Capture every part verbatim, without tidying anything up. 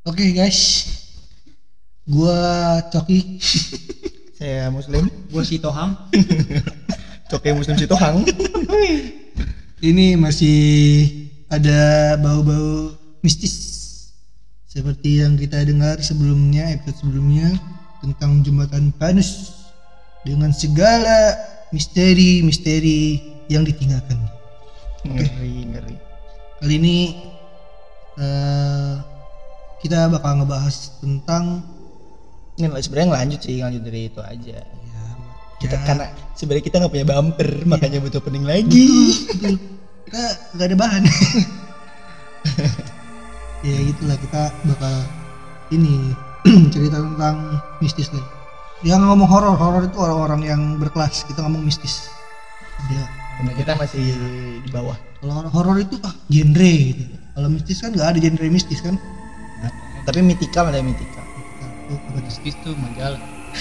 Oke guys, gua Coki. Saya Muslim. Gua si Tohang. Coki Muslim si Tohang. Ini masih ada bau-bau mistis seperti yang kita dengar sebelumnya, episode sebelumnya tentang jembatan Panus dengan segala misteri-misteri yang ditinggalkan. Oke. Ngeri, ngeri. Kali ini uh, kita bakal ngebahas tentang Ini sebenarnya lanjut sih, lanjut dari itu aja. ya, Kita ya, karena sebenarnya kita nggak punya bumper, makanya butuh opening lagi. betul, betul. Kita nggak ada bahan. Ya gitulah, kita bakal ini cerita tentang mistis lagi. Yang ngomong horor, horor itu orang-orang yang berkelas. Kita ngomong mistis. Ya. Karena kita masih di bawah. Kalau horor horor itu ah genre gitu. Kalau mistis kan nggak ada genre mistis kan? Tapi mythical ada mythical. Tuh, apa tuh? Mistis tuh majalah.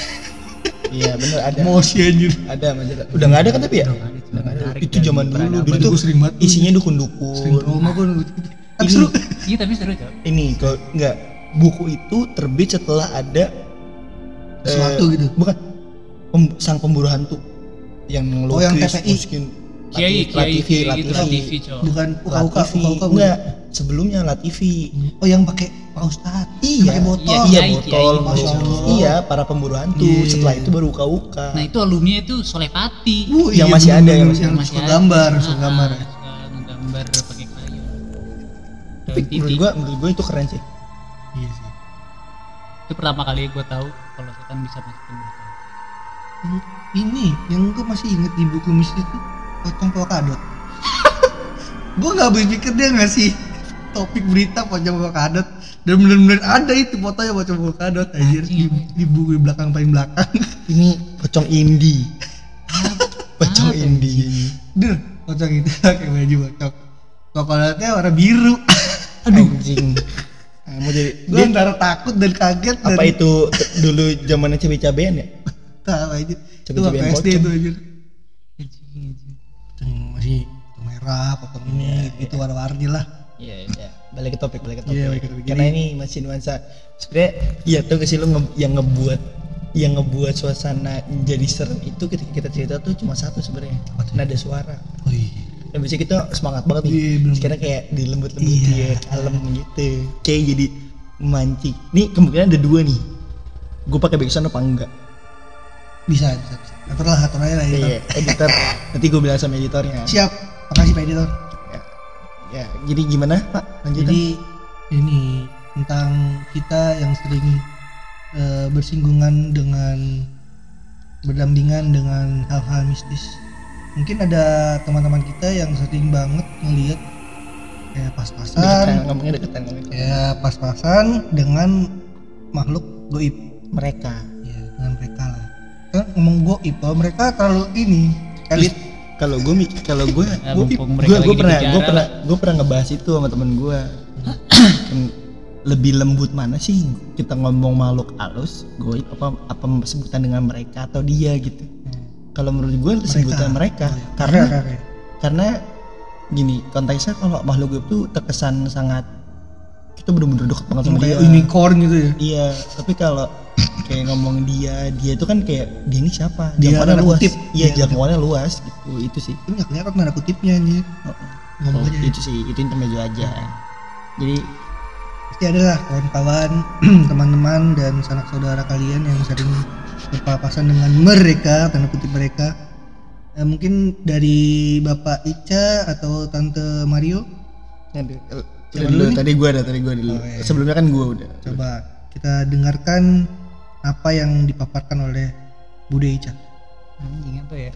Iya bener ada. Emosi anjir. Ada majalah. Udah nggak ada kan tapi ya? Udah nggak ada, Udah nggak ada. menarik Itu dan zaman dulu. peradaban. Dulu tuh Gua sering banget tuh. isinya Sering dukun-dukun. trauma gua gitu. Tapi Ini- seru. Iya tapi seru coy. Ini kalau nggak, buku itu terbit setelah ada Sesuatu eh, gitu. Bukan. Pem- sang pemburu hantu yang Oh, yang lukis, T P I. masukin Kiai, La kiai, T V, kiai La gitu T V. La T V coy. Bukan uka-uka, La T V. uka-uka. Enggak, sebelumnya La T V. Oh, yang pakai Pak Ustadz. Iya, Pakai botol. Iya, iya kiai, botol, kiai. Masya Allah. iya para pemburu hantu. Iya. Setelah itu baru uka-uka. Nah itu alumni itu Solepati. Uh, Yang iya, masih ada, bener-bener yang masih- yang Masih suka ada. gambar, Ah, suka gambar. ah, suka ngegambar pakai crayon. Tapi Daun menurut titik. gua, menurut gua itu keren sih. Iya sih. Itu pertama kali gue tahu kalau setan bisa masukin botol. Ini yang gue masih inget di buku mistis itu pocong polkadot. Gue nggak habis pikir dia ngasih topik berita pocong polkadot dan bener-bener ada itu fotonya pocong polkadot anjir di, Anjing, di buku belakang paling belakang. Ini pocong indie. Pocong Apa indie. Duh, pocong itu pakai baju pocong polkadotnya warna biru. Aduh, Anjing. Ah, mau jadi gue dia- antara takut dan kaget. Dan apa itu t- dulu zamannya cabe-cabean ya? tahu aja. Itu Coba-coba apa yang S D pocong. itu anjir. Anjing, anjing. Pocong yang masih pocong merah, pocong ini, itu warna-warni lah. Iya, iya. Balik ke topik, balik ke topik. Iya, balik ke topik. Karena Jadi- ini masih nuansa. Sebenarnya, iya tuh ke sih lo nge- yang ngebuat yang ngebuat suasana jadi serem itu ketika kita cerita tuh cuma satu sebenarnya. Apa tuh? Nada suara. Oh iya. Dan biasanya kita semangat banget nih. Iya, bener. Sekarang kayak dilembut-lembut Iya. ya, kalem gitu. Kayak jadi memancing. Nih kemungkinan ada dua nih. Gue pakai backsound apa enggak? Bisa, bisa, bisa. Atur lah, atur aja lah ya. Iya, editor. Nanti gue bilang sama editornya. Siap, makasih Pak Editor. Ya, ya, jadi gimana Pak? Lanjutan. Jadi ini tentang kita yang sering eh, bersinggungan dengan berdampingan dengan hal-hal mistis. Mungkin ada teman-teman kita yang sering banget ngelihat kayak deketan, pas-pasan, ngomongnya deketan ngomongnya. kayak pas-pasan dengan makhluk goib. Mereka. Ya, dengan mereka lah. Kan ngomong goib, kalau mereka terlalu ini elit. Kalau gue kalau gue Ya, gue mumpung mereka gue lagi di pernah penjara gue pernah lah. gue pernah ngebahas itu sama temen gue. Kan lebih lembut mana sih kita ngomong makhluk halus goib apa apa sebutan dengan mereka atau dia gitu. Kalau menurut gue sebutan mereka Oh, iya. karena Mereka, mereka. karena gini konteksnya kalau makhluk goib tuh terkesan sangat kita bener-bener dekat banget sama dia. kayak unicorn gitu ya. Iya, tapi kalau kayak ngomong dia, dia itu kan kayak dia ini siapa? Dia Jangkauannya tanda luas. kutip. Iya, Dia jangkauannya luas gitu. Itu sih. Itu nggak kelihatan tanda kutipnya nih. Oh, Ngomong oh, aja. itu sih, itu intermezzo aja. Jadi Pasti ada lah kawan-kawan, teman-teman dan sanak saudara kalian yang sering berpapasan dengan mereka, tanda kutip mereka. Eh, mungkin dari Bapak Ica atau Tante Mario, aduh, Siapa dulu dulu nih? tadi gua ada, tadi gua dulu. Oh, iya. Sebelumnya kan gua udah. coba kita dengarkan apa yang dipaparkan oleh Bude Ica. Anjing apa ya?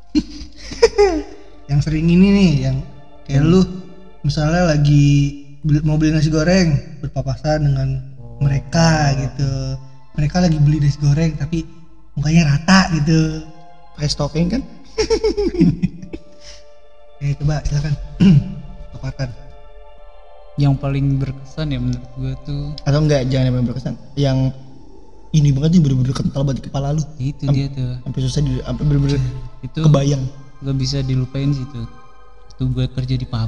Yang sering ini nih, yang kayak lu misalnya lagi beli- mau beli nasi goreng berpapasan dengan mereka gitu. Mereka lagi beli nasi goreng tapi mukanya rata gitu. Pakai stocking kan? Eh coba silakan paparkan. Yang paling berkesan ya menurut gue tuh Atau enggak, jangan yang berkesan. Yang ini banget nih bener-bener kental banget di kepala lu. itu Am- dia tuh. Sampai susah di, sampai bener-bener Itu kebayang. gak bisa dilupain sih tuh. Waktu gue kerja di pabrik.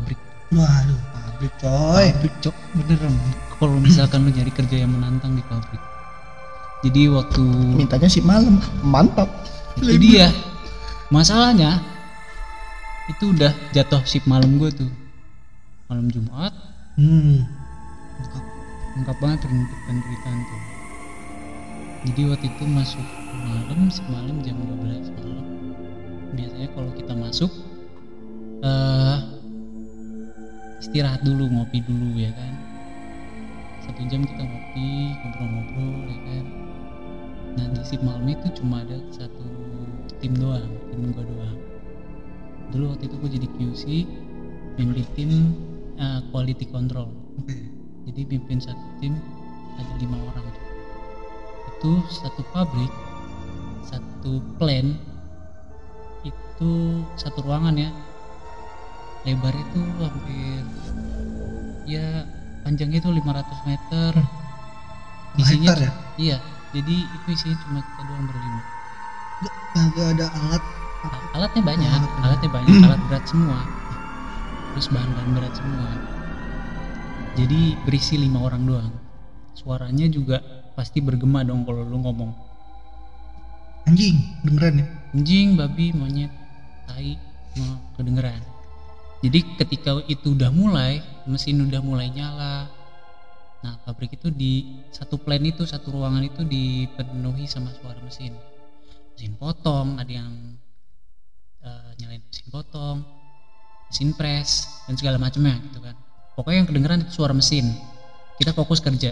Waduh, pabrik coy. Pabrik cok, beneran. Kalau misalkan lu nyari kerja yang menantang di pabrik. Jadi waktu Mintanya sih malam, mantap. itu dia masalahnya itu udah jatuh shift malam gue tuh malam Jumat. Hmm. Lengkap banget penderitaan tuh. Jadi waktu itu masuk malam, semalam jam dua belas malam. Biasanya kalau kita masuk uh, istirahat dulu, ngopi dulu ya kan. Satu jam kita ngopi, ngobrol-ngobrol ya kan. Nah di shift malam itu cuma ada satu tim doang, tim gua doang. Dulu waktu itu gua jadi Q C, mimpin tim uh, quality control. Jadi pimpin satu tim ada lima orang. Itu satu pabrik, satu plant itu satu ruangan ya. Lebar itu hampir ya panjangnya itu lima ratus meter. Isinya Hektar ya? Iya. Jadi itu isinya cuma kita doang berlima. Gak ada alat. Alatnya banyak, Alat. alatnya banyak, alat berat semua. Terus bahan-bahan berat semua. Jadi berisi lima orang doang. Suaranya juga pasti bergema dong kalau lu ngomong. Anjing, beneran ya? Anjing, babi, monyet, tai, mau kedengeran. Jadi ketika itu udah mulai, mesin udah mulai nyala. Nah pabrik itu di satu plant itu, satu ruangan itu dipenuhi sama suara mesin. Mesin potong, ada yang uh, nyalain mesin potong, mesin press, dan segala macamnya gitu kan. Pokoknya yang kedengeran itu suara mesin. Kita fokus kerja.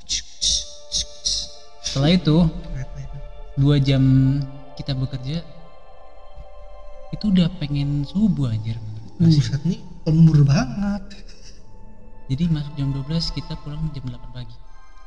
Setelah itu dua jam kita bekerja, itu udah pengen subuh anjir. Buset nih lembur banget. Jadi masuk jam dua belas, kita pulang jam delapan pagi.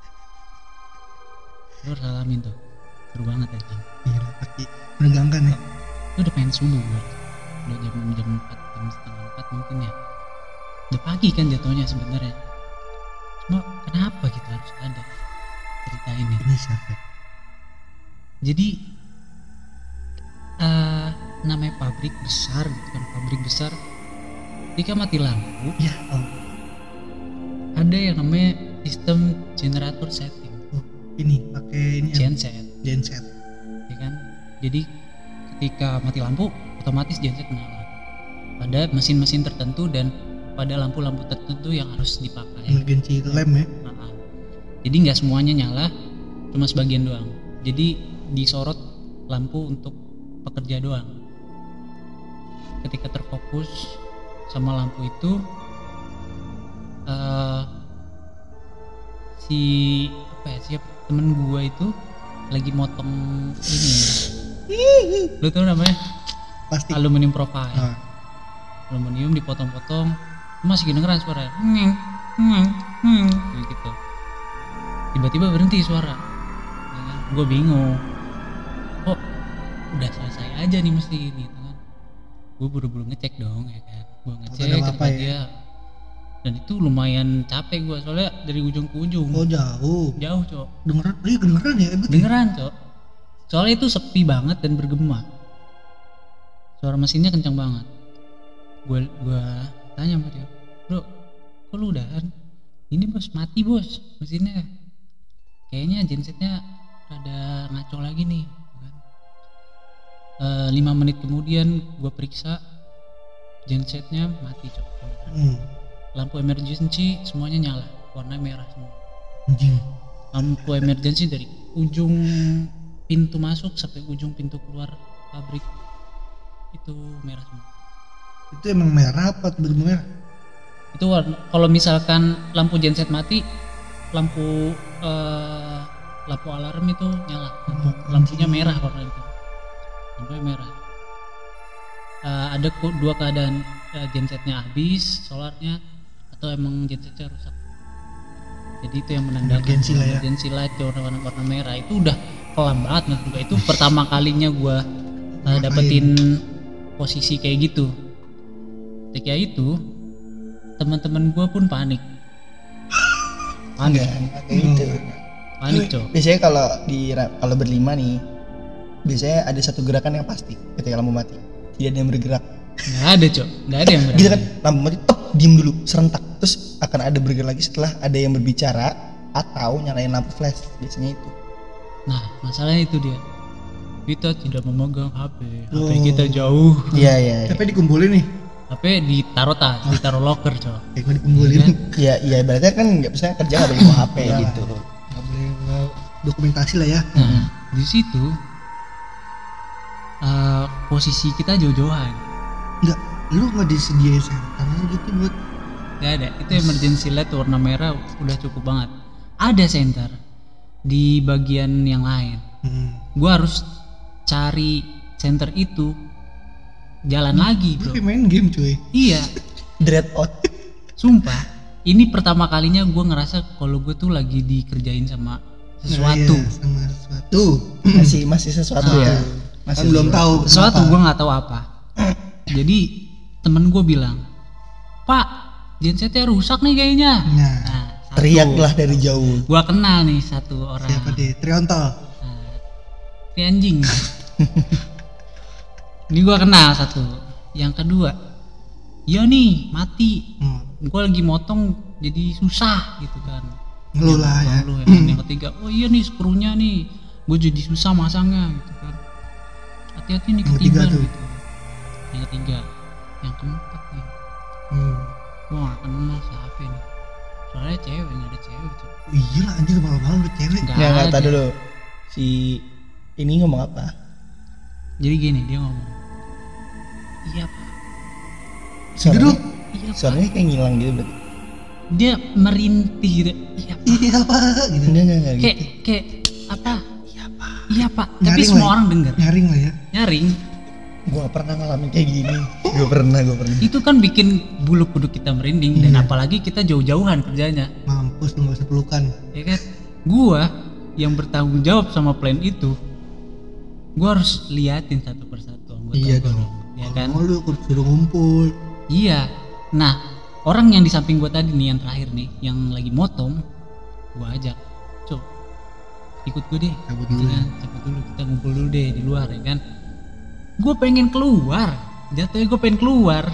Lu harus alamin tuh, seru banget anjing. Gila, pasti menegangkan ya. Lu udah pengen subuh gue. Udah jam jam empat, jam setengah empat mungkin ya. Udah pagi kan jatuhnya sebenarnya. Cuma kenapa kita harus ada cerita ini? Ini siapa? Jadi uh, namanya pabrik besar gitu kan, pabrik besar. Ketika mati lampu, Ya, oh. ada yang namanya sistem generator setting, Oh, ini pakai ini ya, genset, genset. ya kan? Jadi ketika mati lampu, otomatis genset menyala. Pada mesin-mesin tertentu dan pada lampu-lampu tertentu yang harus dipakai. Emergency lamp ya. Nah, jadi nggak semuanya nyala, cuma sebagian doang. Jadi disorot lampu untuk pekerja doang. Ketika terfokus sama lampu itu, uh, si apa ya siapa temen gua itu lagi motong ini. Lu tau namanya? Plastik. Aluminium profile. Nah, Aluminium dipotong-potong, masih kedengeran suara ngeng ngeng ngeng gitu. Tiba-tiba berhenti suara. Ya kan? Gue bingung. Kok udah selesai aja nih mesti gitu kan. Gue buru-buru ngecek dong ya kan. Gue ngecek ke tempat ya? dia. Dan itu lumayan capek gue soalnya dari ujung ke ujung. oh jauh. Jauh, Cok. Dengeran, iya kedengeran ya? Emang Dengeran, Cok. Soalnya itu sepi banget dan bergema. Suara mesinnya kencang banget. Gue gue tanya sama dia, bro, kok lu udahan? Ini bos, mati bos mesinnya. Kayaknya gensetnya ada ngaco lagi nih. E, lima menit kemudian gue periksa, gensetnya mati, Cok. Hmm. Lampu emergency semuanya nyala, warna merah semua. Anjing. Lampu emergency dari ujung pintu masuk sampai ujung pintu keluar pabrik itu merah semua. Itu emang merah apa bener-bener? Itu warna, kalau misalkan lampu genset mati, lampu uh, lampu alarm itu nyala, lampu, lampunya merah warna itu, lampunya merah. Uh, ada dua keadaan, uh, gensetnya habis, solarnya, atau emang gensetnya rusak. Jadi itu yang menandakan Emergency lah ya. emergency light warna warna merah itu udah kelam banget menurut gue. Itu pertama kalinya gue uh, dapetin posisi kayak gitu. Ketika itu teman-teman gue pun panik, panik, Kayak gitu. panik, Cok. Biasanya kalau di kalau berlima nih, biasanya ada satu gerakan yang pasti ketika lampu mati, tidak ada yang bergerak. Nggak ada, Cok, nggak ada yang berani. Gitu kan, lampu mati, tek, diem dulu serentak, terus akan ada bergerak lagi setelah ada yang berbicara atau nyalain lampu flash, biasanya itu. Nah masalahnya itu dia, kita tidak memegang H P, H P Oh. kita jauh, Iya iya. Tapi dikumpulin nih. H P ditaruh tas, ditaruh locker coy. Kayak gue dikumpulin. Iya. Iya iya, berarti kan nggak bisa kerja nggak boleh bawa H P Iya. gitu. Nggak boleh nggak dokumentasi lah ya. Nah di situ uh, posisi kita jauh-jauhan. Enggak, lu nggak disediain setan gitu buat. Gak ada, itu emergency light warna merah udah cukup banget. Ada center di bagian yang lain. Hmm. Gua harus cari center itu, jalan lagi Lu bro. kayak main game cuy. Iya, Dread out. sumpah. Ini pertama kalinya gue ngerasa kalau gue tuh lagi dikerjain sama sesuatu. Nah, iya, sama sesuatu. masih masih sesuatu Ah. ya. Kan belum sesuatu. tahu. Sesuatu kenapa. gue nggak tahu apa. Jadi temen gue bilang, Pak, gensetnya rusak nih kayaknya. Nah, Nah, satu. Teriaklah dari jauh. Gua kenal nih satu orang. siapa deh? Triontol. Nah, si anjing. Ini gua kenal satu. Yang kedua, iya nih mati. Hmm. Gua lagi motong jadi susah gitu kan. Ngeluh lah ya. Ngeluh ya kan. Yang ketiga, oh iya nih skrunya nih, gue jadi susah masangnya gitu kan. Hati-hati nih Yang ketiga ketiban tuh. gitu. Yang ketiga, yang keempat nih, Hmm. gua gak kenal siapa nih. Soalnya cewek, nggak ada cewek. Cok. Oh, iya lah anjir malam-malam udah cewek. Nggak Nggak nggak ada. tahu dulu. Si ini ngomong apa? Jadi gini dia ngomong, iya pak, Suaranya, Duduk. iya pak. suaranya kayak ngilang gitu berarti. Dia merintih gitu, iya pak. Iya pak. Gitu. Enggak enggak enggak Kayak gitu. kayak apa? Iya pak. Iya pak. Tapi Nyaring semua lah. orang dengar. Nyaring lah ya. Nyaring. Gua gak pernah ngalamin kayak gini. Gua pernah, gua pernah. Itu kan bikin bulu kuduk kita merinding dan Iya. apalagi kita jauh-jauhan kerjanya, Mampus lu nggak usah pelukan. ya kan? Gua yang bertanggung jawab sama plan itu, gua harus liatin satu persatu anggota Iya gua, dong. ya kan? Kalau lu suruh ngumpul. Iya. Nah, orang yang di samping gua tadi nih yang terakhir nih, yang lagi motong, gua ajak, "Cok, ikut gua deh." Cabut Gitu dulu. kan, cabut dulu, kita ngumpul dulu deh di luar ya kan. Gue pengen keluar, jatuhnya gue pengen keluar.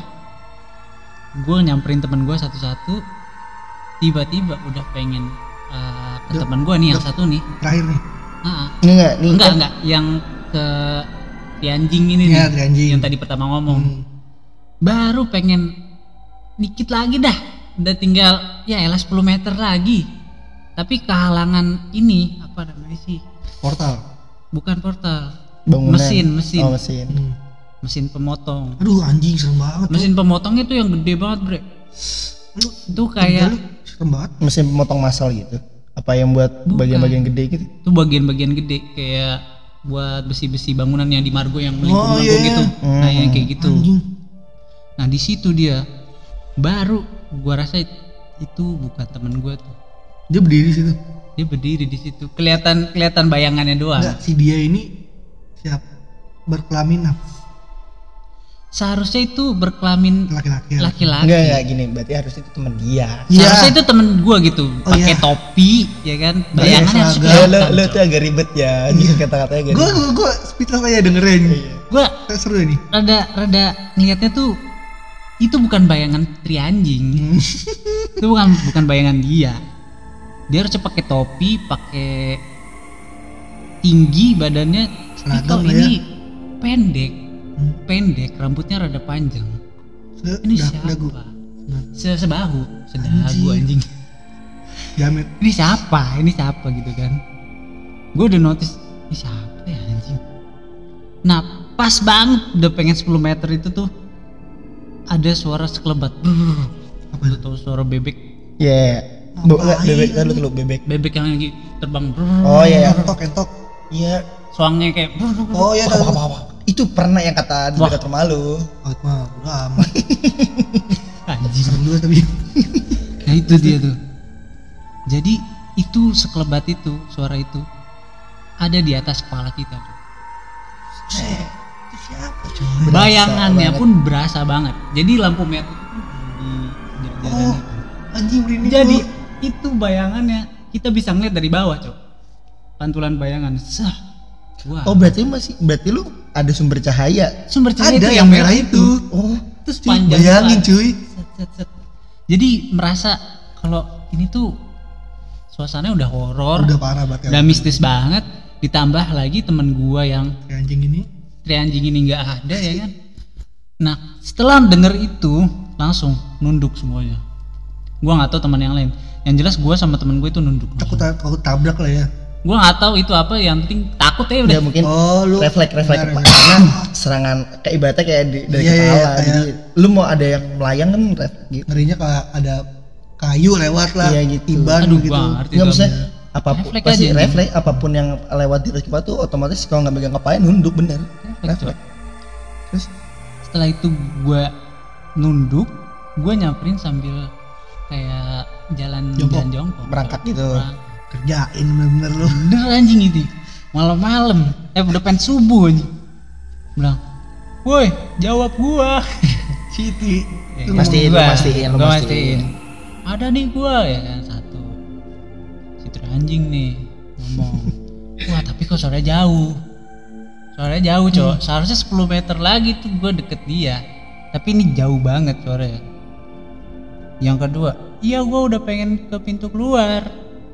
Gue nyamperin teman gue satu-satu, tiba-tiba udah pengen uh, ke Duh, teman gue nih yang duh. satu nih. Terakhir nih. Ah, Enggak, nih. enggak kan- enggak, yang ke si anjing ini Iya, nih, si anjing. yang tadi pertama ngomong. Hmm. Baru pengen dikit lagi dah, udah tinggal ya elah sepuluh meter lagi. Tapi kehalangan ini apa namanya sih? Portal. Bukan portal. Bangunan. Mesin, mesin. Oh, mesin. Hmm. Mesin pemotong. Aduh anjing serem banget. Mesin pemotongnya tuh yang gede banget bre. Lu Itu kayak lu serem banget. Mesin pemotong massal gitu. Apa yang buat Bukan. bagian-bagian gede gitu? itu bagian-bagian gede kayak buat besi-besi bangunan yang di Margo yang Oh, melingkung-melingkung iya, gitu. iya. Nah yang kayak gitu. Anjing. Nah di situ dia baru gua rasa it- itu bukan temen gua tuh. Dia berdiri di situ. Dia berdiri di situ. Kelihatan kelihatan bayangannya doang. Enggak, si dia ini siap berkelamin apa? Seharusnya itu berkelamin Laki-laki. ya? laki-laki. Enggak enggak gini, berarti harus itu teman dia. Iya. Seharusnya itu temen gua gitu. Oh, Pakai iya. topi ya kan. Bayangannya harus seragam. Lo, lo, kelihatan. lo Cok. tuh agak ribet ya, Iya. kata-katanya agak Gue ribet. gue speechless aja dengerin. Iya. Gua Kayak seru nih. rada rada ngelihatnya tuh itu bukan bayangan tri anjing. Hmm. Itu bukan bukan bayangan dia. Dia harus pakai topi, pakai tinggi badannya. Tapi Seragam kok lah ini pendek, Hmm. pendek, rambutnya rada panjang. Se- Ini dah- siapa? dagu. Se sebahu, sedagu Anjing. anjing. Jamet. Ini siapa? Ini siapa gitu kan? Gue udah notice ini siapa ya anjing. Nah pas banget udah pengen sepuluh meter itu tuh ada suara sekelebat. Brrr. Apa Lu itu? tahu suara bebek? Iya. Bu, enggak, Ngapain bebek tadi lu? lu bebek. Bebek yang lagi terbang. Brrr. Oh iya, iya. Entok entok. Iya. Soangnya kayak brrr, brrr, brrr. Oh iya Apa, tahu. apa, apa. Itu pernah yang kata di Wah. dekat rumah lu. Oh mah udah amat. Anjing. Serem juga tapi. Nah itu dia tuh. Jadi itu sekelebat itu suara itu ada di atas kepala kita. Tuh. Eh, itu siapa coy? Berasa Bayangannya banget. pun berasa banget. Jadi lampu merah itu pun di jajaran Oh, itu. anjing merinding. Jadi gua. itu bayangannya kita bisa ngeliat dari bawah, Cok. Pantulan bayangan. Sah. Wah. Oh berarti masih berarti lu ada sumber cahaya. Sumber cahaya ada itu yang merah itu. Oh, Terus Cuy, panjang bayangin banget. cuy. Set, set, set. Jadi merasa kalau ini tuh suasananya udah horor, Udah parah banget. udah mistis banget. Ditambah lagi temen gua yang Kayak anjing ini. tri anjing ini nggak ada ya kan. Nah setelah denger itu langsung nunduk semuanya. Gua nggak tahu teman yang lain. Yang jelas gua sama temen gue itu nunduk. Takut takut tabrak lah ya. Gua nggak tahu itu apa, yang penting takut ya udah. Ya mungkin Oh, lu refleks refleks benar, karena serangan kayak ibaratnya kayak di, dari Iya, iya, kepala. kayak- Jadi lu mau ada yang melayang kan refleks gitu. ngerinya kayak ada kayu lewat lah. Iya, gitu. Tiban Aduh gitu. gua nggti Nggak itu. maksudnya apapun Refleks pasti aja nih. refleks apapun yang lewat di atas kepala tuh otomatis kalau nggak megang kepalanya nunduk bener. Refleks, Refleks. Terus Setelah itu gua nunduk, gua nyamperin sambil kayak jalan Jongkok. jalan jongkok. berangkat gitu. Berangkat. Kerjain bener-bener lu. Bener anjing itu. Malam-malam, eh udah pengen subuh anjing. Bilang, "Woi, jawab gua." Siti. Ya, Lu Pastiin, gua, lu pastiin, lu gua pastiin. pastiin. Ada nih gua ya kan satu. Si tri anjing nih ngomong. Wah, tapi kok suaranya jauh. Suaranya jauh, Cok. Seharusnya sepuluh meter lagi tuh gua deket dia. Tapi ini jauh banget suaranya. Yang kedua, iya gua udah pengen ke pintu keluar.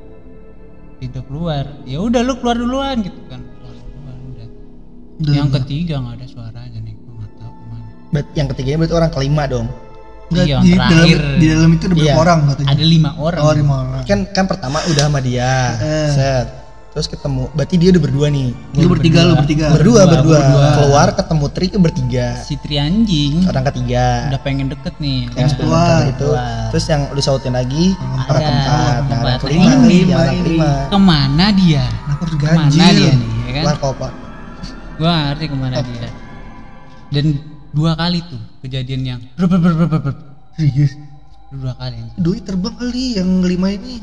Pintu keluar. Ya udah lu keluar duluan gitu kan. Keluar duluan udah. Udah, Yang udah. ketiga nggak ada suaranya nih, gua nggak tahu kemana. Bet- yang ketiganya berarti orang kelima dong. Enggak, Iya, di, terakhir. dalam, di dalam itu ada berapa Iya. orang katanya? Ada lima orang. Oh, lima orang. Kan kan pertama udah sama dia. Eh. Set. Terus ketemu. Berarti dia udah berdua nih. Lu bertiga, lu bertiga. Berdua, Berdua, berdua. berdua. Keluar ketemu Tri ke bertiga. Si tri anjing Orang ketiga. udah pengen deket nih. Yang kan? sepuluh Keluar. meter itu. Terus yang lu sautin lagi Yang orang Ada, keempat. Nah, keempat. orang kelima Ini nih, lima orang ini. kelima. Kemana dia? Aku harus Kemana ganjil. dia nih? Ya kan? Keluar kopak. Gua nggak ngerti kemana dia. Dan dua kali tuh kejadian yang ber ber ber ber ber ber. Serius. dua kali. anjing. Doi terbang kali yang lima ini.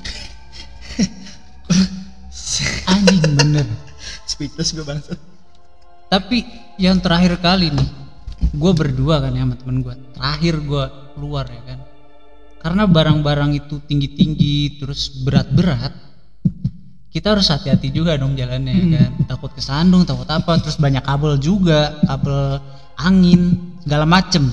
Anjing bener. Speechless gue bangsat. Tapi yang terakhir kali nih, gue berdua kan ya sama temen gue. Terakhir gue keluar ya kan. Karena barang-barang itu tinggi-tinggi terus berat-berat. Kita harus hati-hati juga dong jalannya ya kan. Takut kesandung, takut apa. Terus banyak kabel juga, kabel angin, segala macem.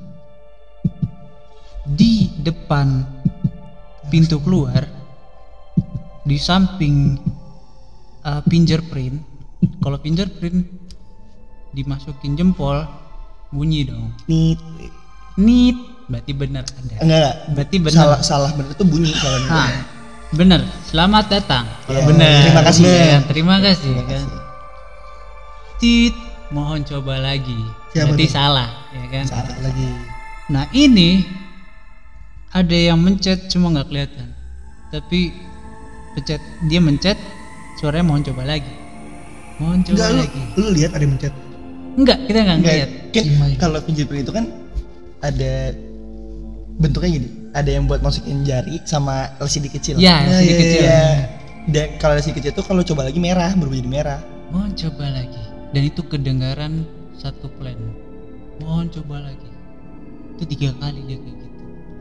Di depan pintu keluar, di samping uh, fingerprint. Kalau fingerprint dimasukin jempol, bunyi dong. Nih, Nit, berarti benar ada. enggak. Berarti benar. Salah salah bener itu bunyi kalau Nah, benar. Selamat datang. Kalau Ya, benar. terima kasih. Ya kan? Terima kasih. Terima kan? kasih. Tit, mohon coba lagi. Siapa Berarti tuh? salah, ya kan? Salah. Lagi. Nah ini ada yang mencet cuma nggak kelihatan. Tapi pencet dia mencet, suaranya mohon coba lagi. Mohon coba Enggak, lu, lagi. lu lihat ada yang mencet. Enggak, kita nggak Enggak, ngeliat. kan Cimai. kalau fingerprint itu kan ada bentuknya gini, ada yang buat masukin jari sama L C D kecil. Ya, Ya, sedikit ya, kecil. Iya. Dan kalau L C D kecil itu kalau coba lagi merah, berubah jadi merah. Mohon coba lagi. Dan itu kedengaran satu plan. Mohon coba lagi. Itu tiga kali dia kayak gitu.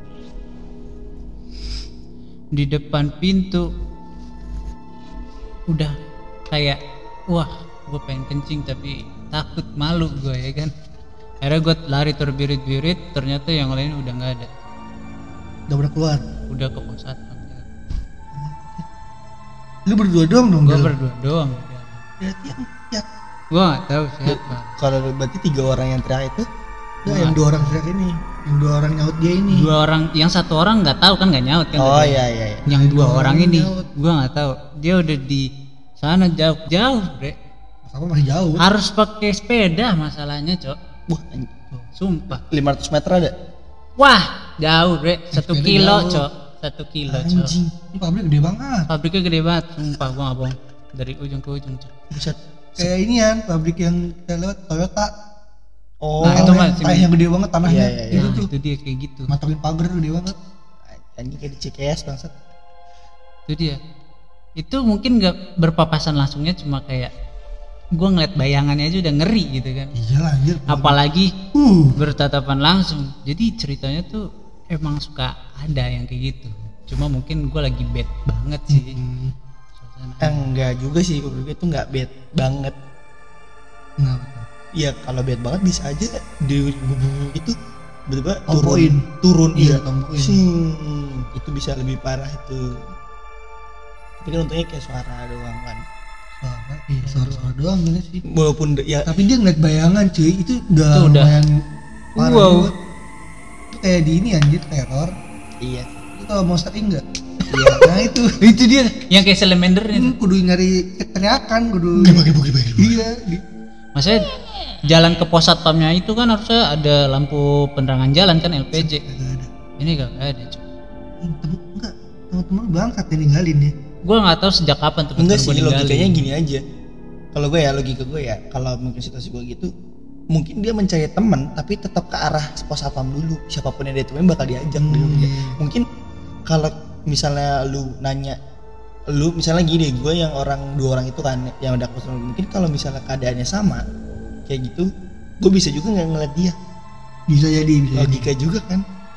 Di depan pintu udah kayak wah, gue pengen kencing tapi takut, malu gue ya kan. Akhirnya gue lari terbirit-birit, ternyata yang lain udah nggak ada, Udah pada keluar. udah ke pos satpam. Lu berdua doang dong. Gue Gal? berdua doang. Berarti yang ya, Gue nggak tahu siapa. Kalau berarti tiga orang yang terakhir itu nah, yang dua orang teriak ini, yang dua orang nyaut dia ini. Dua orang, yang satu orang nggak tahu kan, nggak nyaut kan. oh tadi. iya iya iya. Yang dua Dua orang orang ini nyaut. gua nggak tahu, dia udah di sana jauh-jauh, bre. Apa masih jauh? Harus pakai sepeda masalahnya, Cok. Wah, anjing. Sumpah. lima ratus meter ada. Wah, jauh, bre. Satu Sepeda kilo, jauh. Cok. Satu kilo, Cok. Anjing. Ini pabrik gede banget. Pabriknya gede banget, sumpah gua nggak bohong. Dari ujung ke ujung, Cok. Buset. Kayak ini kan pabrik yang kita lewat Toyota. Oh, Nah, itu Tahu mah yang sih. tanah yang gede banget tanahnya. Iya, iya, iya. Itu Nah, tuh itu dia kayak gitu. matokin pagar gede banget. anjing kayak di C K S bangsat. Itu dia. Itu mungkin nggak berpapasan langsungnya, cuma kayak gua ngeliat bayangannya aja udah ngeri gitu kan. Iya lah anjir. Apalagi Uh, bertatapan langsung. Jadi ceritanya tuh emang suka ada yang kayak gitu. Cuma mungkin gue lagi bad banget sih. hmm, Suasana. Eh, enggak juga sih, gue pikir itu enggak bad banget. kenapa? Ya kalau bad banget bisa aja di itu tiba-tiba Tompoin. turun turun Iya, iya tompoin. Sing, itu bisa lebih parah itu. Tapi kan untungnya kayak suara doang kan. Suara, iya suara-suara doang bener sih. Walaupun de- ya Tapi dia ngeliat bayangan cuy, itu udah Itu udah. lumayan parah Wow. juga. Itu kayak di ini anjir, teror. iya Itu kalau monster enggak? iya Nah itu, Itu dia yang kayak Salamander itu. hmm, kudu nyari teriakan, kudu. Iya, di, Maksudnya jalan ke pos satpamnya itu kan harusnya ada lampu penerangan jalan kan L P J. kagak ada. Ini gak ada cuy. Tem- enggak, teman-teman bangsat yang ninggalin ya. Gue nggak tahu sejak kapan tuh enggak bener sih, gua ninggalin. logikanya gini aja. Kalau gue ya logika gue ya, kalau mungkin situasi gue gitu, mungkin dia mencari teman tapi tetap ke arah pos satpam dulu. Siapapun yang dia temuin bakal diajak Hmm. dulu. Mungkin kalau misalnya lu nanya, lu misalnya gini, gue yang orang dua orang itu kan yang udah ketemu, mungkin kalau misalnya keadaannya sama kayak gitu, gue bisa juga nggak ngeliat dia. Bisa jadi, bisa jadi. Logika juga kan.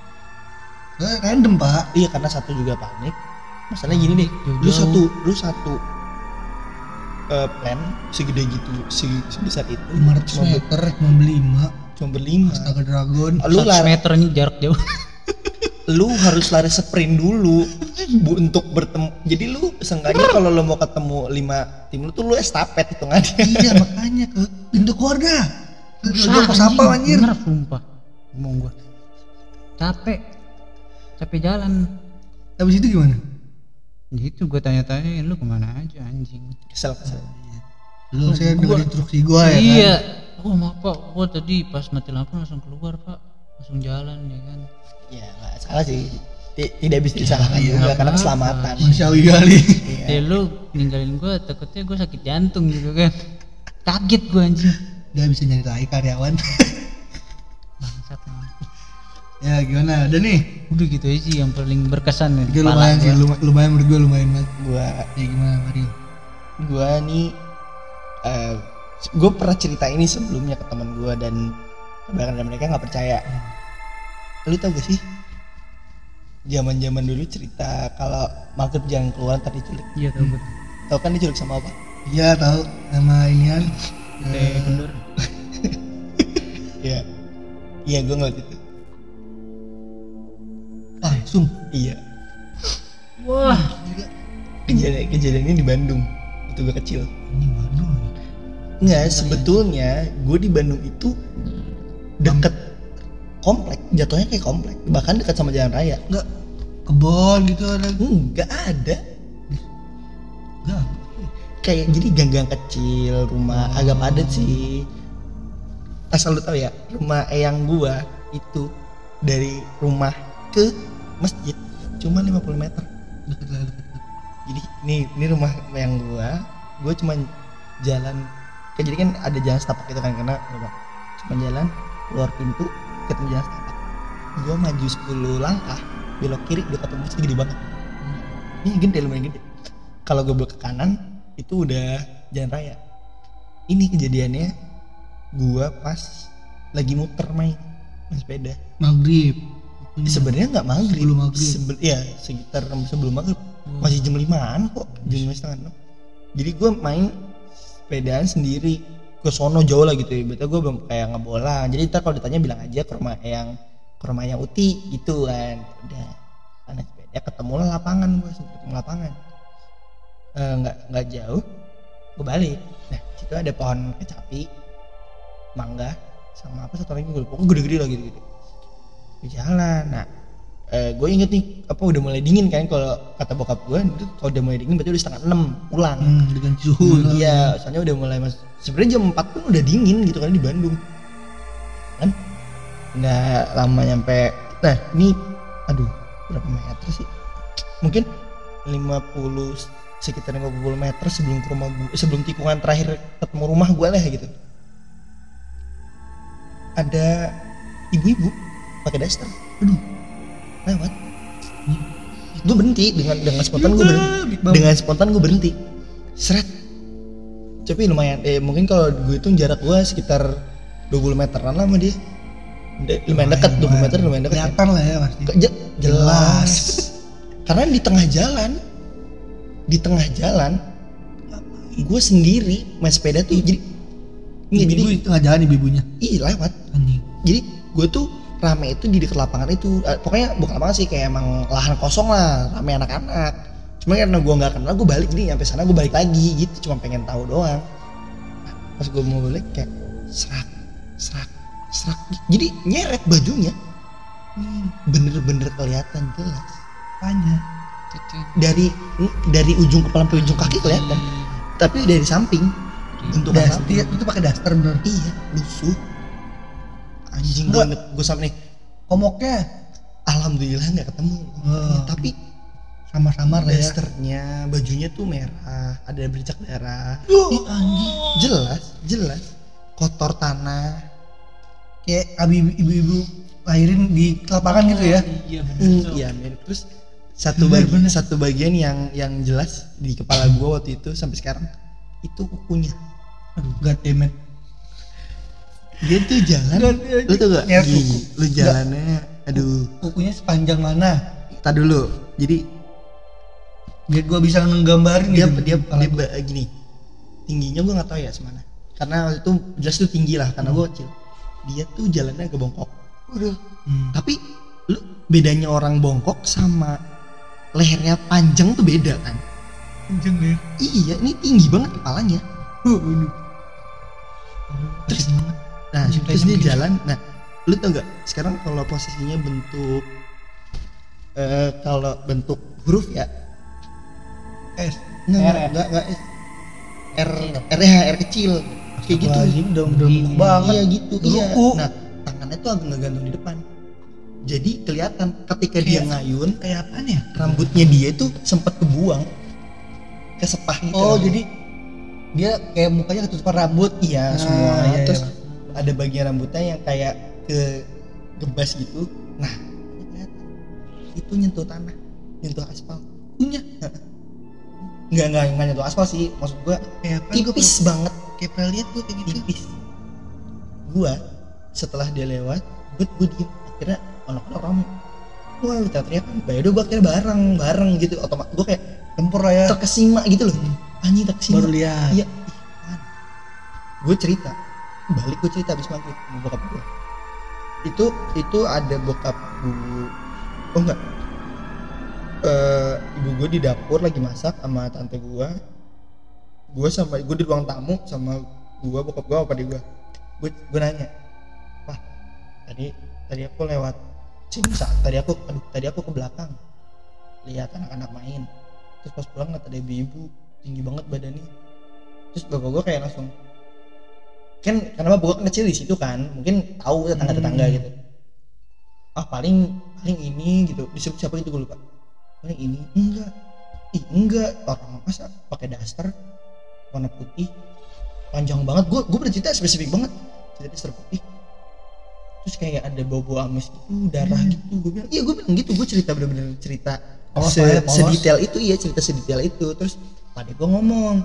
Eh, random pak. Iya, karena satu juga panik. Masalahnya gini deh, lu Jauh-jauh. satu lu satu eh, plan segede gitu, segi- sebesar itu lima ratus cuma, ber- meter cuma berlima. cuma berlima. Astaga Dragon. Lu seratus lari, meter ini jarak jauh. lu harus lari sprint dulu bu, untuk bertemu. Jadi lu seenggaknya kalau lu mau ketemu lima tim lu tuh lu estafet hitungannya. Iya makanya ke pintu keluarga. Susah, Udah pas apa anjir? Bener sumpah. Ngomong gua. Capek. Capek jalan. Habis itu gimana? Gitu gue tanya-tanyain lu kemana aja anjing. Kesel kesel. Lu saya Gua- dengar instruksi gua ya Iya. kan. Oh maaf pak, gua tadi pas mati lampu langsung keluar pak, langsung jalan ya kan. Ya nggak salah sih. Ti- Tidak bisa disalahkan iya, juga nggak karena apa-apa. keselamatan. Manusiawi kali. Iya. Ya lu ninggalin gua takutnya gua sakit jantung gitu kan. Kaget gua anjing. Gak bisa nyari lagi karyawan. Bangsat emang. Ya gimana? Ada nih. Udah gitu aja sih yang paling berkesan nih. Itu Kepala lumayan sih, gua. lumayan, lumayan menurut gua lumayan banget. Gua Ya gimana Mario? gua nih eh gue pernah cerita ini sebelumnya ke teman gue dan kebanyakan mereka nggak percaya. Lu tau gak sih zaman-zaman dulu cerita kalau maghrib jangan keluar ntar diculik. Iya tahu betul. Tau kan diculik sama apa? Iya tahu nama inian. Teh Eh, kendor. Iya, iya gue ngeliat itu. langsung. Iya, Wah. kejadian kejadiannya di Bandung waktu gue kecil. Ini Bandung. Nggak, sebetulnya gue di Bandung itu deket komplek, jatuhnya kayak komplek, bahkan dekat sama jalan raya. Enggak kebon gitu ada. Nggak ada. Enggak. Kayak jadi gang-gang kecil, rumah Oh. agak padat sih. Asal lu tahu ya, rumah eyang gua itu dari rumah ke masjid cuma lima puluh meter. Deket lah, deket. Jadi nih, ini rumah eyang gua, gua cuma jalan, kayak jadi kan ada jalan setapak gitu kan, karena rumah cuma jalan keluar pintu ketemu jalan setapak. Gua maju sepuluh langkah belok kiri udah ketemu masjid gede banget. Ini gede, lumayan gede. Kalau gue belok ke kanan itu udah jalan raya. Ini kejadiannya gua pas lagi muter main main sepeda. Maghrib. Ya, sebenarnya nggak maghrib. Sebelum maghrib. Sebe- ya sekitar sebelum maghrib. Masih jam limaan kok, jam lima setengah enam. Jadi gua main sepedaan sendiri ke sono jauh lah gitu ya. Betul gue belum kayak ngebolang. Jadi ntar kalau ditanya bilang aja ke rumah yang ke rumah yang Uti gitu kan. Udah karena sepeda ketemu lah lapangan, gua ketemu lapangan. Eh, nggak nggak jauh gue balik. Nah situ ada pohon kecapi, mangga, sama apa satu lagi gue lupa, gede-gede lah gitu-gitu di jalan. Nah eh, gue inget nih apa udah mulai dingin kan, kalau kata bokap gue itu kalau udah mulai dingin berarti udah setengah enam pulang. Hmm, dengan suhu. Hmm, iya soalnya udah mulai mas sebenarnya jam empat pun udah dingin gitu kan di Bandung kan, nggak lama nyampe. Nah ini aduh berapa meter sih, mungkin lima puluh, sekitar lima puluh meter sebelum ke rumah gue, sebelum tikungan terakhir ketemu rumah gue lah gitu. Ada ibu-ibu pakai daster, aduh lewat. Gue berhenti dengan dengan spontan gue berhenti, dengan spontan gue berhenti, seret. Tapi lumayan, eh mungkin kalau gue itu jarak gue sekitar dua puluh meteran lah sama dia. De- lumayan dekat, dua puluh meter lumayan dekat. Kan? Kelihatan lah ya pasti. Ke- je- jelas. Karena di tengah jalan, di tengah jalan, gue sendiri main sepeda tuh jadi, nggak jadi, Ibu itu nggak jalan ibu-ibunya. ih lewat. Anjing. Jadi gue tuh rame itu di dekat lapangan itu. Eh, pokoknya bukan lapangan sih, kayak emang lahan kosong lah, rame anak-anak. Cuma karena gue nggak kenal, gue balik, jadi sampai sana gue balik lagi gitu, cuma pengen tahu doang. Nah, pas gue mau balik kayak serak serak serak, jadi nyeret bajunya. Hmm, bener-bener kelihatan jelas Apanya? dari dari ujung kepala sampai ujung kaki kelihatan, tapi dari samping untuk Daster, itu pakai daster bener. iya lusuh anjing. Gue gue sampai nih Komoknya alhamdulillah nggak ketemu. Oh. Tapi sama-sama lah ya. dasternya bajunya tuh merah, ada bercak darah. Oh. Ih, anjing jelas jelas kotor tanah, Kayak abi ibu-ibu lahirin di lapangan gitu ya. Iya Hmm, benar. iya men. Terus satu Bener, bagian bener. satu bagian yang yang jelas di kepala gue waktu itu sampai sekarang itu kukunya. Aduh, god damn it. Dia tuh jalan, God damn it. lu tuh gak? Nyeret Gini, kuku. lu jalannya, aduh. Kukunya sepanjang mana? Tar dulu. Jadi Biar gua bisa ngegambarin dia gitu. dia Kepala dia gua. ba- gini. Tingginya gue nggak tahu ya semana. Karena waktu itu jelas tuh tinggi lah, karena Hmm. gue kecil. Dia tuh jalannya agak bongkok. Hmm. Tapi lu bedanya orang bongkok sama lehernya panjang tuh beda kan? Kenceng deh. Iya, ini tinggi banget kepalanya. Uh, waduh. Terus, Keren banget. nah Cintanya terus dia begini. jalan. Nah, lu tau gak? Sekarang kalau posisinya bentuk, eh kalau bentuk huruf ya, S. nggak R nggak ya? nggak nggak S. R R ya R kecil, kayak gitu. Astagfirullahaladzim, udah udah Gini. empuk banget. Iya gitu. Iya. Ruku. Nah, tangannya tuh agak ngegantung di depan. Jadi kelihatan ketika dia Kayak- ngayun, Kayak apaan ya? rambutnya dia itu sempat kebuang, kesepah gitu. Oh, jadi dia kayak mukanya ketutupan rambut. iya Nah, semua. iya, Terus iya. ada bagian rambutnya yang kayak ke gebas gitu. Nah, kelihatan. Itu nyentuh tanah, nyentuh aspal. punya Nggak nggak nggak nyentuh aspal sih, maksud gua kayak apa? Gua tipis banget, pernah- kayak pernah lihat gua kayak gitu. tipis. Gua setelah dia lewat, gua gua diem. Akhirnya anak-anak rame. Wah, lu teriak kan. Bayar gua akhirnya bareng bareng gitu. Otomatis gua kayak Tempur lah ya. terkesima gitu loh. Anjing terkesima. Baru lihat. Iya. Gue cerita, balik gue cerita abis maghrib sama bokap gue. Itu itu ada bokap gue, oh enggak, Eh ibu gue di dapur lagi masak sama tante gue. Gue sama gue di ruang tamu sama gue, bokap gue apa gue. Gue gue nanya, wah tadi tadi aku lewat sini saat tadi aku aduh tadi aku ke belakang lihat anak-anak main. Terus pas pulang kata ada ibu-ibu tinggi banget badannya. Terus bapak gue kayak langsung, kan karena bapak gue kan kecil di situ kan, mungkin tahu tetangga-tetangga Hmm. gitu. Ah paling paling ini gitu, disebut siapa gitu gue lupa. Paling ini enggak, ih enggak, orang masa pakai daster warna putih panjang banget. Gue gue bercerita spesifik banget, cerita daster putih. Terus kayak ada bau-bau amis gitu, darah Hmm. gitu. Gue bilang, iya gue bilang gitu, gue cerita bener-bener cerita Polos se- lah ya, polos. sedetail itu, iya cerita sedetail itu. Terus pada gue ngomong,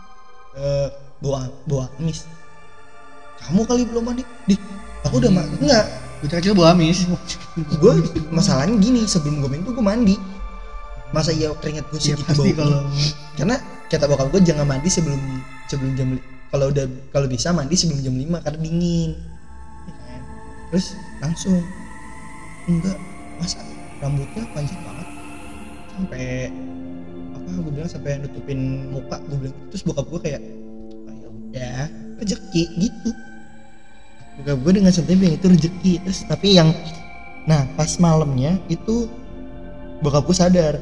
eh bau bau amis. Kamu kali belum mandi? Di, aku udah mandi. Enggak, Bocah kecil bawa amis. gue masalahnya gini, sebelum gue main tuh gue mandi. Masa iya keringat gue Ya segitu pasti bau? kalau Karena kata bokap gue jangan mandi sebelum sebelum jam li- kalau udah kalau bisa mandi sebelum jam lima karena dingin. Ya kan? Terus langsung enggak, masa rambutnya panjang banget sampai apa gue bilang sampai nutupin muka, gue bilang. Terus bokap gue kayak oh, ya udah rezeki gitu. Bokap gue dengan santai bilang itu rezeki. Terus tapi yang nah pas malamnya itu bokap gue sadar.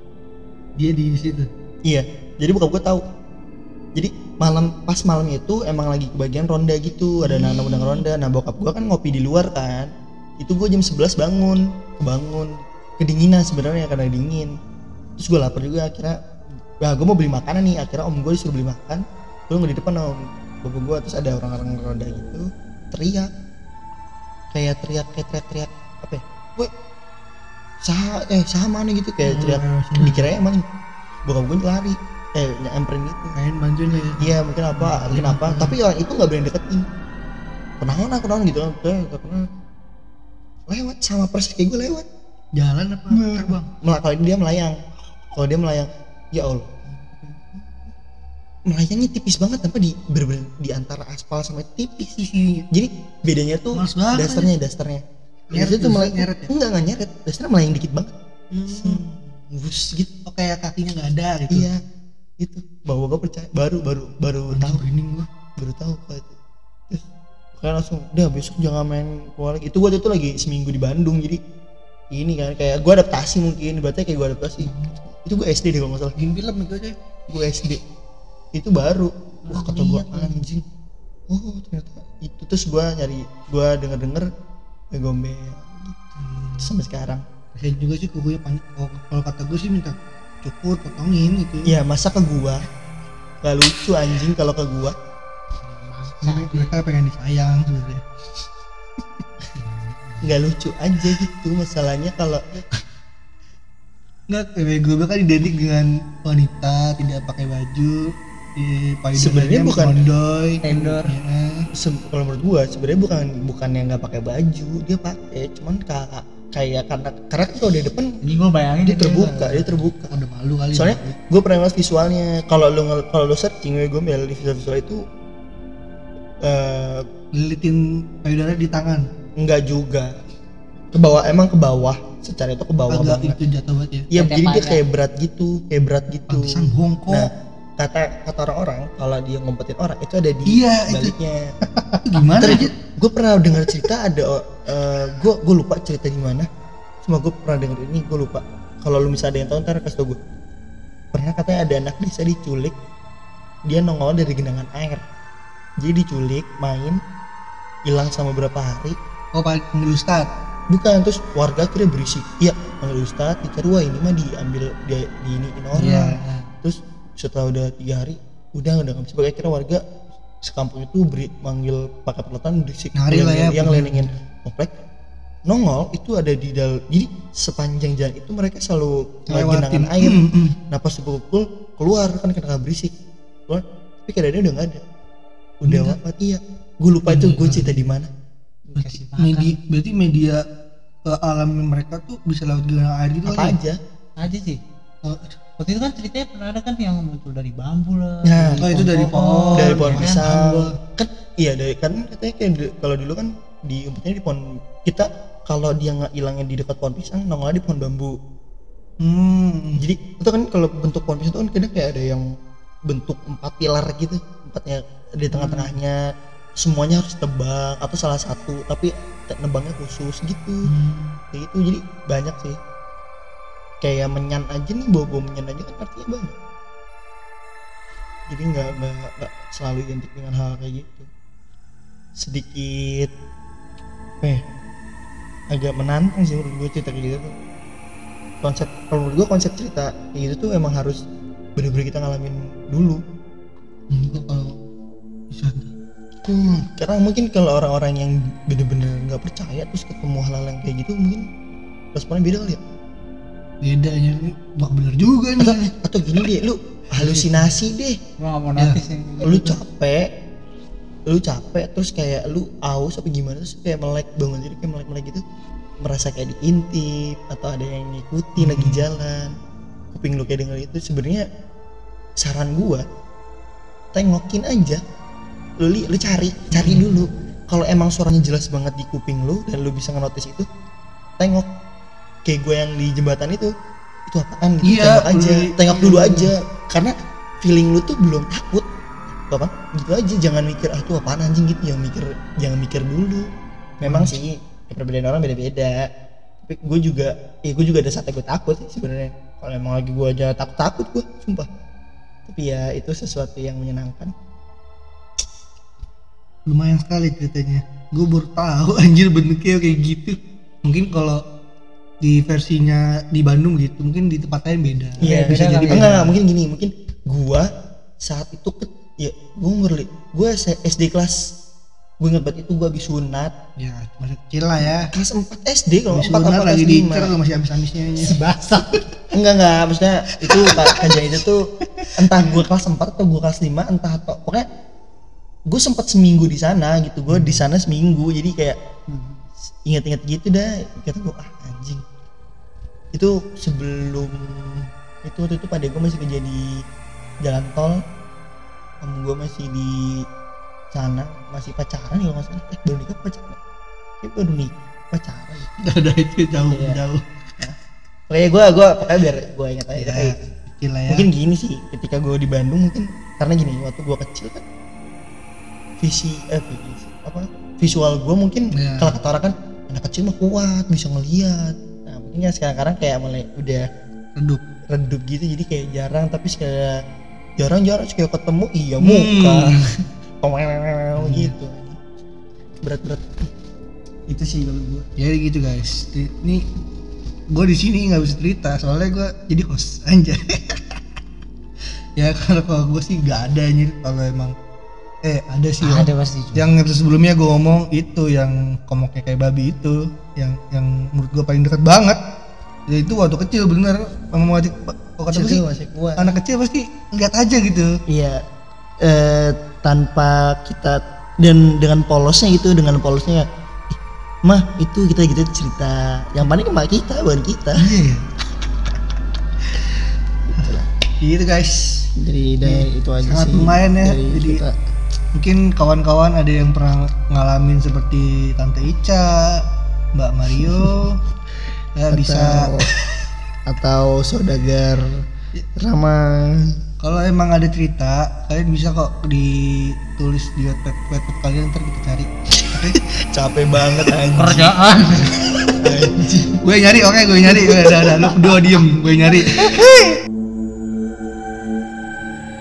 dia di situ. Iya, jadi bokap gue tahu. Jadi malam pas malamnya itu emang lagi kebagian ronda gitu, ada anak-anak undang ronda. Nah bokap gue kan ngopi di luar kan. Itu gue jam sebelas bangun, kebangun, kedinginan sebenarnya karena dingin. Terus gue lapar juga akhirnya. Nah gue mau beli makanan nih, akhirnya om gue disuruh beli makan. Gue nggak di depan om bapak gue, terus ada orang-orang ronda gitu teriak, kayak teriak kayak teriak-teriak apa? Ya? Gue sah eh sah mana gitu kayak teriak, dikira emang bokap gue lari eh nyamperin gitu. Main banjir lah ya. Iya mungkin apa mungkin apa tapi orang itu nggak berani deketin, kenalan lah kenalan gitu kan, gak kenal, lewat sama persis kayak gue lewat. Jalan apa terbang? Mela- kalau dia melayang, kalau dia melayang ya Allah melayangnya tipis banget tanpa di bener-bener di antara aspal sama tipis. Jadi bedanya tuh Males banget dasternya dasternya Nyeret Nyeret tuh juga, melayang. nyeret ya? Enggak enggak nyeret. Dasarnya melayang dikit banget. Hmm. Bus gitu. Oh kayak kakinya nggak ada gitu. Iya. Itu. Bahwa gua percaya baru baru baru Anjing, tahu. merinding gua. Baru tahu kalau itu. Terus kayak langsung udah besok jangan main keluar lagi. Itu gua tuh lagi seminggu di Bandung jadi ini kan kayak gua adaptasi mungkin berarti kayak gua adaptasi. Itu gua S D deh kalau nggak salah. Bikin film itu aja. Gua S D. Itu baru. Wah kata gua Niat, anjing. Oh ternyata itu terus gua nyari gua denger denger ngegombel gitu. Terus sampai sekarang. Saya juga sih kukunya panjang. Oh, kalau kata gue sih minta cukur, potongin gitu. Iya masa ke gua gak lucu anjing kalau ke gua. Mereka, mereka pengen disayang sebenarnya. Nggak lucu aja gitu masalahnya kalau Nggak, kayak gue kan identik dengan wanita tidak pakai baju. Di Sebenarnya bukan- mondoy, Tendor. ya. se- kalau menurut gua sebenarnya bukan bukan yang nggak pakai baju dia pakai cuman kayak kayak karena karena kan kalau di depan Ini gue bayangin dia terbuka dia terbuka Udah malu kali. soalnya malu. gue pernah ngeliat visualnya kalau lu ngel- kalau lu searching gue bel di visual visual itu eh lilitin payudara di tangan. enggak juga ke bawah emang ke bawah secara itu ke bawah Agak banget itu jatuh banget ya. iya Tetep jadi dia aja. kayak berat gitu kayak berat gitu Pantesan bongkok. nah kata kata orang-orang kalau dia ngumpetin orang itu ada di Iya, itu. baliknya Itu gimana aja? gue pernah dengar cerita ada gue gue lupa cerita di mana cuma gue pernah denger ini gue lupa kalau lu misalnya ada yang tahu ntar kasih tau gue pernah katanya ada anak desa diculik dia nongol dari genangan air jadi diculik main hilang sama beberapa hari Oh, panggil ustad. bukan terus warga akhirnya berisik iya panggil ustad dicari wah ini mah diambil dia di iniin orang Iya. terus setelah udah tiga hari udah udah nggak bisa pakai akhirnya warga sekampung itu beri manggil pakai peralatan berisik Nyari lah ya, yang pokoknya. ngelilingin komplek nongol itu ada di dal jadi sepanjang jalan itu mereka selalu lagi Lewatin. genangan air Hmm, hmm. nah pas dipukul keluar kan kena berisik keluar tapi keadaannya udah nggak ada udah Udah. wafat iya gue lupa itu gue cerita di mana kasih makan Media, berarti media uh, alami mereka tuh bisa lewat genangan air gitu apa aja. aja aja sih. Oh, Waktu itu kan ceritanya pernah ada kan yang muncul dari bambu lah. Nah, oh, itu dari pohon. dari pohon ya kan? pisang kan iya dari kan katanya kayak di- kalau dulu kan di umpetnya di pohon kita kalau dia nggak hilangnya di dekat pohon pisang nongolnya di pohon bambu Hmm. jadi itu kan kalau bentuk pohon pisang itu kan kadang kayak ada yang bentuk empat pilar gitu empatnya di tengah-tengahnya semuanya harus tebang atau salah satu tapi nebangnya khusus gitu Hmm. kayak gitu jadi banyak sih kayak menyan aja nih bawa-bawa menyan aja kan artinya banyak jadi nggak nggak nggak selalu identik dengan hal kayak gitu sedikit apa ya, agak menantang sih menurut gue cerita kayak gitu tuh konsep kalau menurut gue konsep cerita kayak gitu tuh emang harus bener-bener kita ngalamin dulu Enggak kalau bisa hmm, karena mungkin kalau orang-orang yang bener-bener nggak percaya terus ketemu hal-hal yang kayak gitu mungkin responnya beda kali ya beda ya. Wah bener juga nih. atau atau gini deh lu halusinasi deh Gua nggak mau Ya. notice yang gitu. lu capek lu capek terus kayak lu aus apa gimana terus kayak melek bangun jadi kayak melek melek gitu merasa kayak diintip atau ada yang ngikutin Hmm. lagi jalan kuping lu kayak denger itu sebenarnya saran gua tengokin aja lu li, lu cari cari Hmm. dulu kalau emang suaranya jelas banget di kuping lu dan lu bisa ngenotis itu tengok kayak gue yang di jembatan itu itu apaan gitu Iya, tengok aja perlu- tengok dulu aja karena feeling lu tuh belum takut apa gitu aja jangan mikir ah tuh apaan anjing gitu jangan mikir jangan mikir dulu memang Hmm. sih perbedaan orang beda-beda tapi gue juga ya gue juga ada saatnya gue takut sih sebenarnya kalau emang lagi gue aja takut takut gue sumpah tapi ya itu sesuatu yang menyenangkan Lumayan sekali ceritanya. Gue baru tahu anjir bentuknya kayak gitu. Mungkin kalau di versinya di Bandung gitu, mungkin di tempat lain beda. iya beda bisa kali jadi ya. enggak, enggak mungkin gini mungkin gue saat itu ke ya gue umur gue S D kelas gue inget banget itu gue habis sunat Ya masih kecil lah ya. kelas empat S D kalau Habis empat sunat apa lagi kelas diincer lima tuh masih habis-habisnya aja. basah. enggak enggak maksudnya itu Pak kejadian itu tuh entah gue kelas empat atau gue kelas lima entah atau pokoknya gue sempat seminggu di sana gitu gue di sana seminggu jadi kayak ingat-ingat gitu dah kata gue ah anjing itu sebelum itu waktu itu pada gue masih kerja di jalan tol om gue masih di sana masih pacaran ya nggak salah eh baru nikah apa pacaran kayak baru nikah pacaran gitu. Udah ada itu jauh Iya. jauh. Pokoknya gue gue pokoknya biar gue ingat aja Ya, kayak kecil lah ya. mungkin gini sih ketika gue di Bandung mungkin karena gini waktu gue kecil kan visi eh visi apa visual gue mungkin Ya. kalau kata orang kan anak kecil mah kuat bisa ngelihat. Nah mungkin kan sekarang kayak mulai udah redup. redup gitu jadi kayak jarang tapi kayak jarang-jarang kayak ketemu iya muka Hmm. gitu berat-berat itu sih kalau gue. Jadi gitu guys. Di- Ini gue di sini nggak bisa cerita soalnya gue jadi host anjay. Ya kalau kalau gue sih nggak ada anjir kalau emang eh ada sih Ada yang, pasti. Cuk. yang itu sebelumnya gue ngomong itu yang komoknya kayak babi itu yang yang menurut gue paling dekat banget. Ya itu waktu kecil bener sama waktu kalau kata gue sih masih kuat. anak kecil pasti ngeliat aja gitu. Iya, eh, tanpa kita dan dengan polosnya itu dengan polosnya, "Ih, mah itu kita gitu cerita, yang paling emak kita bukan kita." Iya ya. Gitu guys. Jadi dari itu aja Sangat sih. lumayan ya, dari jadi kita. mungkin kawan-kawan ada yang pernah ngalamin seperti Tante Ica, Mbak Mario, ya bisa. atau, atau saudagar Rama. Kalau emang ada cerita, kalian bisa kok ditulis di web web kalian ntar kita cari. Oke? Capek banget anjing. Kerjaan. Gue nyari, oke gue nyari. Udah, udah, udah, lu berdua diem, gue nyari.